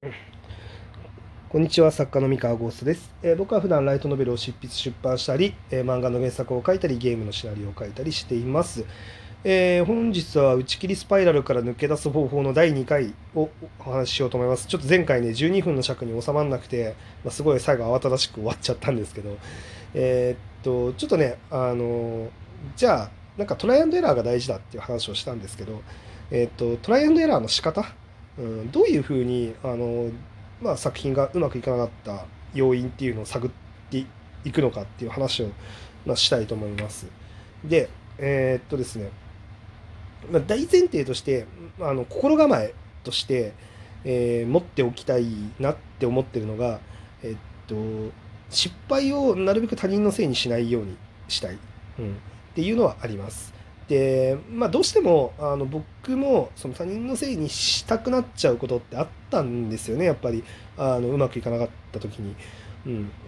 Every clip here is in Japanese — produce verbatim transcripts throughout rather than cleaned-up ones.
こんにちは、作家の三河ゴーストです。えー僕は普段ライトノベルを執筆出版したり、えー漫画の原作を書いたり、ゲームのシナリオを書いたりしています。えー本日は打ち切りスパイラルから抜け出す方法のだいにかいをお話ししようと思います。ちょっと前回ね、じゅうにふんの尺に収まらなくて、まあ、すごい最後慌ただしく終わっちゃったんですけど、えーっと、ちょっとね、あのーじゃあ、なんかトライアンドエラーが大事だっていう話をしたんですけど、えーっと、トライアンドエラーの仕方、うん、どういうふうに、あのーまあ、作品がうまくいかなかった要因っていうのを探っていくのかっていう話を、まあ、したいと思います。で、えーっとですね、まあ、大前提として、あの心構えとして、えー持っておきたいなって思ってるのが、えっと、失敗をなるべく他人のせいにしないようにしたい、うん、っていうのはあります。で、まあ、どうしてもあの僕もその他人のせいにしたくなっちゃうことってあったんですよね、やっぱりあのうまくいかなかった時に。うん、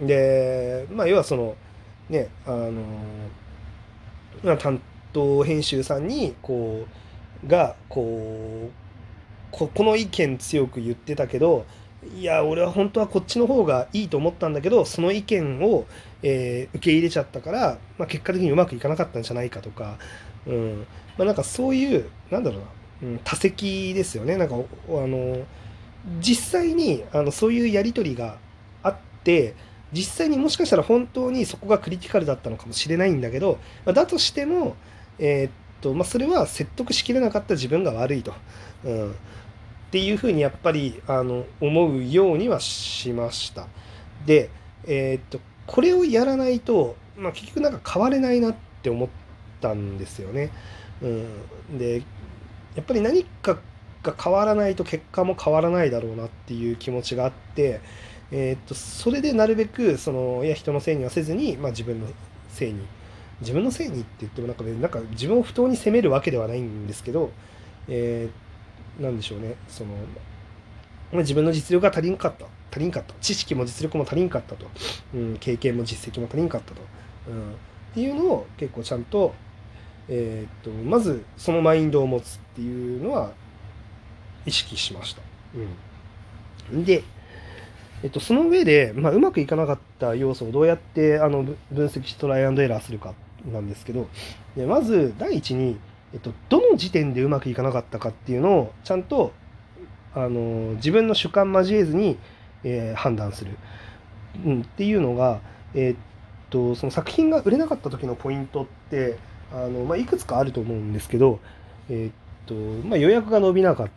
で、まあ、要はそのね、あのまあ担当編集さんにこうがこうここの意見強く言ってたけど、いや俺は本当はこっちの方がいいと思ったんだけど、その意見を、えー受け入れちゃったから、まあ、結果的にうまくいかなかったんじゃないかとか、うんまあ、なんかそういうなんだろうな、うん、多責ですよね。なんかあの実際にあのそういうやり取りがあって、実際にもしかしたら本当にそこがクリティカルだったのかもしれないんだけど、まあだとしても、えーっとまあ、それは説得しきれなかった自分が悪いと、うん、っていうふうにやっぱりあの思うようにはしました。で、えーっとこれをやらないと、まあ、結局なんか変われないなって思ったんですよね。うん、でやっぱり何かが変わらないと結果も変わらないだろうなっていう気持ちがあって、えーっとそれでなるべくそのいや人のせいにはせずに、まあ、自分のせいに自分のせいにって言ってもなんか、ね、なんか自分を不当に責めるわけではないんですけど、えー、なんでしょうね、その自分の実力が足りんかった足りんかった知識も実力も足りんかったと、うん、経験も実績も足りんかったと、うん、っていうのを結構ちゃんと、えーっとまずそのマインドを持つっていうのは意識しました。うん、で、えっと、その上で、まあ、うまくいかなかった要素をどうやってあの分析してトライアンドエラーするかなんですけど、でまず第一に、えっと、どの時点でうまくいかなかったかっていうのをちゃんとあの自分の主観交えずに、えー判断する、うん、っていうのが、えーっとその作品が売れなかった時のポイントってあの、まあ、いくつかあると思うんですけど、えーっとまあ、予約が伸びなかった、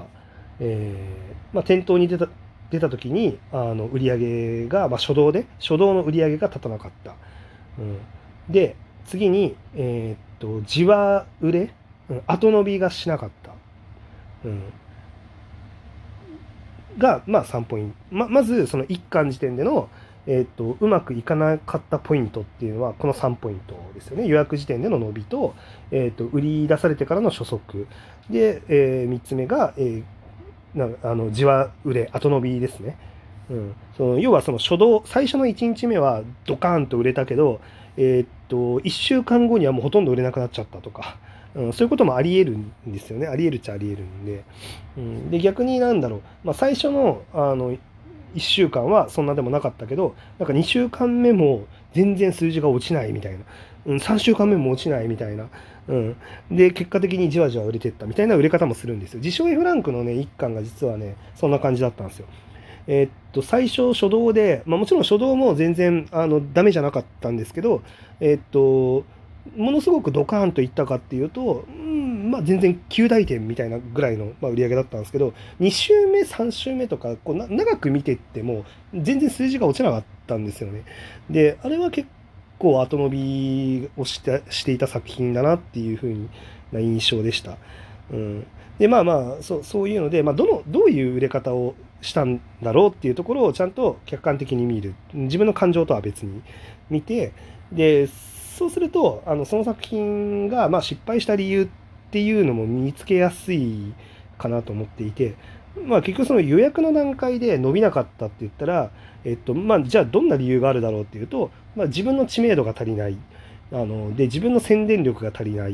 えーまあ、店頭に出た出た時にあの売り上げが、まあ、初動で初動の売り上げが立たなかった、うん、で次に、えーっとじわ売れ、うん後伸びがしなかった、うん、が、まあ、さんポイント。ままず、そのいっかん時点での、えーと、うまくいかなかったポイントっていうのは、このさんポイントですよね。予約時点での伸びと、えーと、売り出されてからの初速。で、えー、みっつめが、えー、なあのじわ売れ、後伸びですね。うん、その要はその初動、最初のいちにちめはドカーンと売れたけど、えーっと、いっしゅうかんごにはもうほとんど売れなくなっちゃったとか、うん、そういうこともあり得るんですよね。あり得るっちゃあり得るんで。うん、で、逆になんだろう、まあ、最初の、あの、いっしゅうかんはそんなでもなかったけど、なんかにしゅうかんめも全然数字が落ちないみたいな、うん、さんしゅうかんめも落ちないみたいな、うん、で、結果的にじわじわ売れてったみたいな売れ方もするんですよ。自称 F ランクのね、いっかんが実はね、そんな感じだったんですよ。えーっと、最初初動で、まあ、もちろん初動も全然あのダメじゃなかったんですけど、えーっと、ものすごくドカーンといったかっていうと、うん、まあ、全然きゅう大点みたいなぐらいの、まあ、売り上げだったんですけど、に週目、さん週目とかこうな長く見ていっても全然数字が落ちなかったんですよね。で、あれは結構後伸びをしてしていた作品だなっていう風な印象でした。うん、でまあまあそうそういうので、まあ、どのどういう売れ方をしたんだろうっていうところをちゃんと客観的に見る、自分の感情とは別に見て、でそうするとあのその作品がまあ失敗した理由っていうのも見つけやすいかなと思っていて、まあ、結局その予約の段階で伸びなかったって言ったら、えっとまあ、じゃあどんな理由があるだろうっていうと、まあ、自分の知名度が足りない、あので自分の宣伝力が足りない、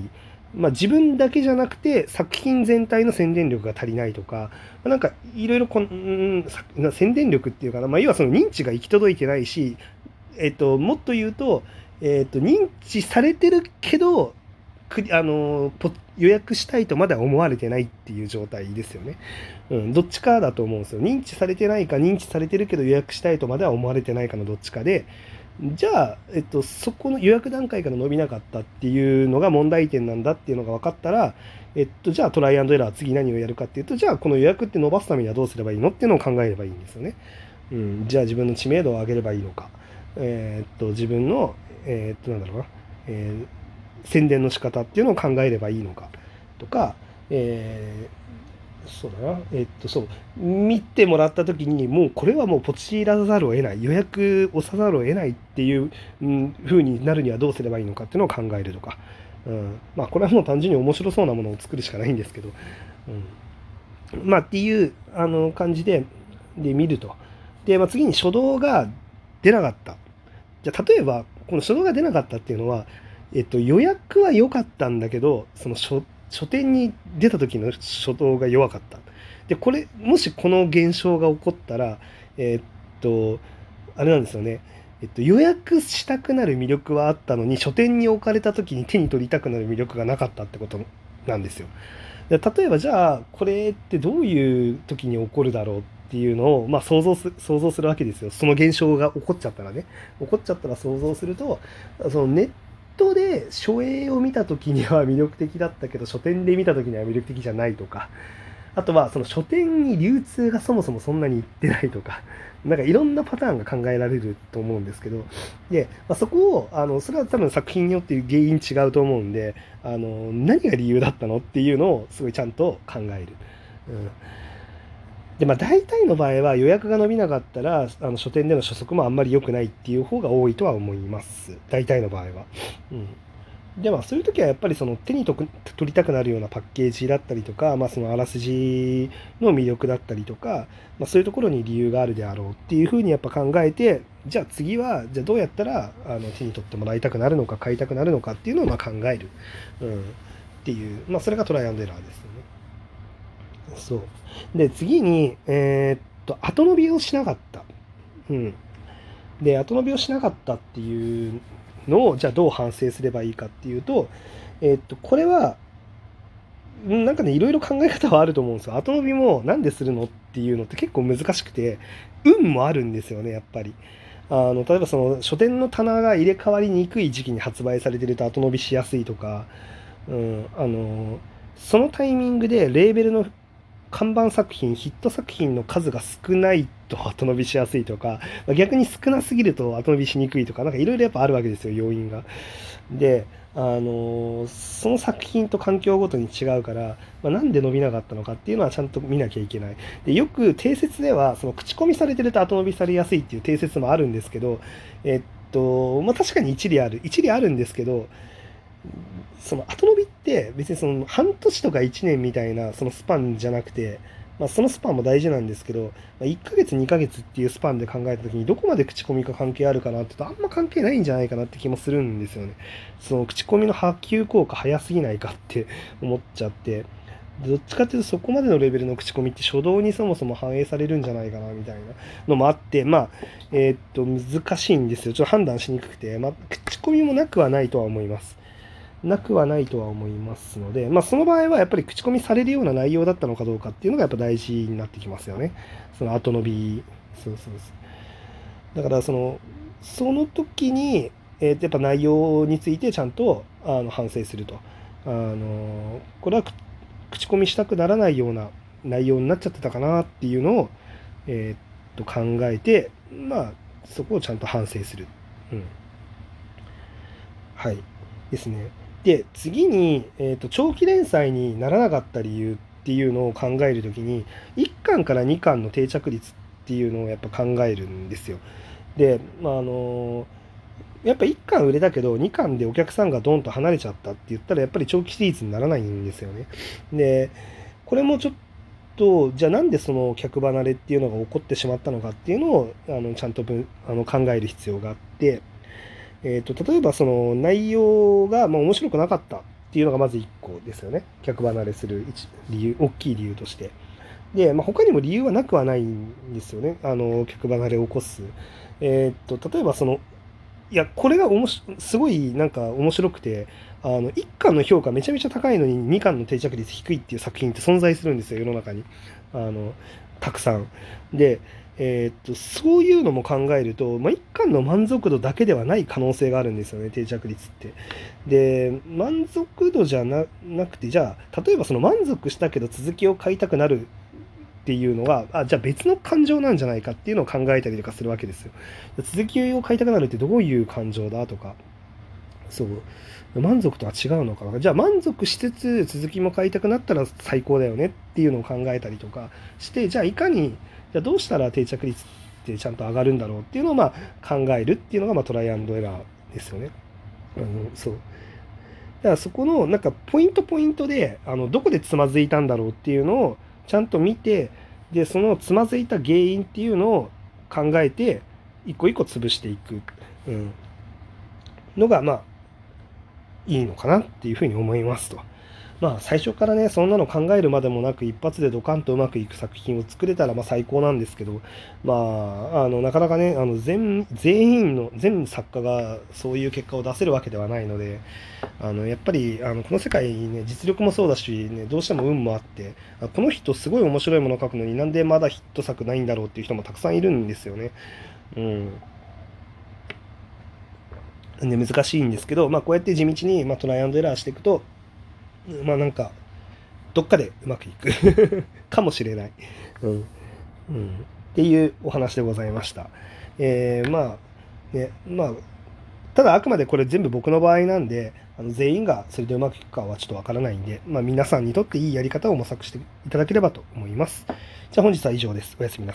まあ、自分だけじゃなくて作品全体の宣伝力が足りないとか、なんかいろいろこん、うんさ宣伝力っていうかな、まあ、要はその認知が行き届いてないし、えっと、もっと言うと、えっと、認知されてるけど、くあのポ予約したいとまだ思われてないっていう状態ですよね。うん、どっちかだと思うんですよ。認知されてないか、認知されてるけど予約したいとまでは思われてないかのどっちかで、じゃあ、えっと、そこの予約段階から伸びなかったっていうのが問題点なんだっていうのが分かったら、えっと、じゃあトライアンドエラー次何をやるかっていうと、じゃあこの予約って伸ばすためにはどうすればいいのっていうのを考えればいいんですよね。うん、じゃあ自分の知名度を上げればいいのか、えーっと自分の、えーっとなんだろうな、えー宣伝の仕方っていうのを考えればいいのかとか、えーそうだな、えっと、そう、見てもらった時に、もうこれはもうポチらざるを得ない、予約をさざるを得ないっていう、うん、風になるにはどうすればいいのかっていうのを考えるとか、うん、まあ、これはもう単純に面白そうなものを作るしかないんですけど、うん、まあ、っていうあの感じで、で見ると。で、まあ、次に初動が出なかった。じゃあ、例えば、この初動が出なかったっていうのは、えっと、予約は良かったんだけど、その書、書店に出た時の初動が弱かった。で、これ、もしこの現象が起こったら、えっと、あれなんですよね。えっと、予約したくなる魅力はあったのに、書店に置かれた時に手に取りたくなる魅力がなかったってことなんですよ。で例えば、じゃあ、これってどういう時に起こるだろうっていうのを、まあ、想像す、想像するわけですよ。その現象が起こっちゃったらね。起こっちゃったら想像すると、そのネットで書影を見た時には魅力的だったけど、書店で見た時には魅力的じゃないとか、あとはその書店に流通がそもそもそんなにいってないとか、なんかいろんなパターンが考えられると思うんですけど、で、まあ、そこを、あの、それは多分作品によって原因違うと思うんで、あの、何が理由だったのっていうのをすごいちゃんと考える。うん。で、まあ大体の場合は予約が伸びなかったら、あの書店での初速もあんまり良くないっていう方が多いとは思います。大体の場合は。うん。ではそういう時はやっぱりその手にとく取りたくなるようなパッケージだったりとか、まあ、そのあらすじの魅力だったりとか、まあ、そういうところに理由があるであろうっていうふうにやっぱ考えて、じゃあ次はじゃあどうやったらあの手に取ってもらいたくなるのか買いたくなるのかっていうのをまあ考える、うん、っていう、まあ、それがトライアンドエラーですよね。そうで次に、えーっと後伸びをしなかった、うん、で後伸びをしなかったっていうのをじゃあどう反省すればいいかっていうと、えーっとこれはなんかねいろいろ考え方はあると思うんですよ。後伸びもなんでするのっていうのって結構難しくて、運もあるんですよねやっぱり。あの例えばその書店の棚が入れ替わりにくい時期に発売されてると後伸びしやすいとか、うん、あのそのタイミングでレーベルの看板作品、ヒット作品の数が少ないと後伸びしやすいとか、逆に少なすぎると後伸びしにくいとか、なんかいろいろやっぱあるわけですよ、要因が。で、あのその作品と環境ごとに違うから、まあ、なんで伸びなかったのかっていうのはちゃんと見なきゃいけない。で、よく定説では、その口コミされてると後伸びされやすいっていう定説もあるんですけど、えっと、まあ、確かに一理ある。一理あるんですけど、その後伸びって別にその半年とかいちねんみたいなそのスパンじゃなくて、まあ、そのスパンも大事なんですけど、まあ、いっかげつにかげつっていうスパンで考えた時にどこまで口コミが関係あるかなって言うとあんま関係ないんじゃないかなって気もするんですよね。その口コミの波及効果早すぎないかって思っちゃって、どっちかっていうとそこまでのレベルの口コミって初動にそもそも反映されるんじゃないかなみたいなのもあって、まあ、えーっと難しいんですよ。ちょっと判断しにくくて、まあ、口コミもなくはないとは思います。なくはないとは思いますので、まあ、その場合はやっぱり口コミされるような内容だったのかどうかっていうのがやっぱ大事になってきますよね。その後伸び、そうそうそう。だからその、その時に、えー、やっぱ内容についてちゃんとあの反省すると。あの、これは口コミしたくならないような内容になっちゃってたかなっていうのを、えー、っと考えて、まあ、そこをちゃんと反省する。うん。はい。ですね。で、次に、えーと、長期連載にならなかった理由っていうのを考えるときに、いっかんからにかんの定着率っていうのをやっぱ考えるんですよ。で、まあ、あのやっぱいっかん売れたけど、にかんでお客さんがドンと離れちゃったって言ったら、やっぱり長期シリーズにならないんですよね。で、これもちょっと、じゃあなんでその客離れっていうのが起こってしまったのかっていうのを、あのちゃんと分あの考える必要があって、えーと、例えばその内容がまあ面白くなかった。 っていうのがまずいっこですよね。客離れする理由、大きい理由として。で、まあ、他にも理由はなくはないんですよね。あの、客離れを起こす。えーっと、例えばその、いや、これがおもしすごいなんか面白くて、あの、いっかんの評価めちゃめちゃ高いのににかんの定着率低いっていう作品って存在するんですよ、世の中に。あの、たくさん。で、えーっと、そういうのも考えると、まあ、いっかんの満足度だけではない可能性があるんですよね、定着率って。で、満足度じゃな、なくて、じゃあ、例えばその満足したけど続きを買いたくなるっていうのは、あ、じゃあ別の感情なんじゃないかっていうのを考えたりとかするわけですよ。続きを買いたくなるってどういう感情だとか、そう、満足とは違うのかな。じゃあ満足しつつ続きも買いたくなったら最高だよねっていうのを考えたりとかして、じゃあいかに、じゃあどうしたら定着率ってちゃんと上がるんだろうっていうのをまあ考えるっていうのがまあトライアンドエラーですよね。あの、そう。だからそこのなんかポイントポイントであのどこでつまずいたんだろうっていうのをちゃんと見て、でそのつまずいた原因っていうのを考えて一個一個潰していく、うん、のがまあいいのかなっていうふうに思いますと。まあ最初からねそんなの考えるまでもなく一発でドカンとうまくいく作品を作れたらまあ最高なんですけど、まああのなかなかねあの全全員の全作家がそういう結果を出せるわけではないので、あのやっぱりあのこの世界ね実力もそうだし、ね、どうしても運もあって、あこの人すごい面白いものを書くのになんでまだヒット作ないんだろうっていう人もたくさんいるんですよね。うん。で難しいんですけど、まあ、こうやって地道に、まあ、トライアンドエラーしていくと、まあなんかどっかでうまくいくかもしれない、うんうん、っていうお話でございました。えー、まあねまあただあくまでこれ全部僕の場合なんで、あの全員がそれでうまくいくかはちょっとわからないんで、まあ、皆さんにとっていいやり方を模索していただければと思います。じゃあ本日は以上です。おやすみなさい。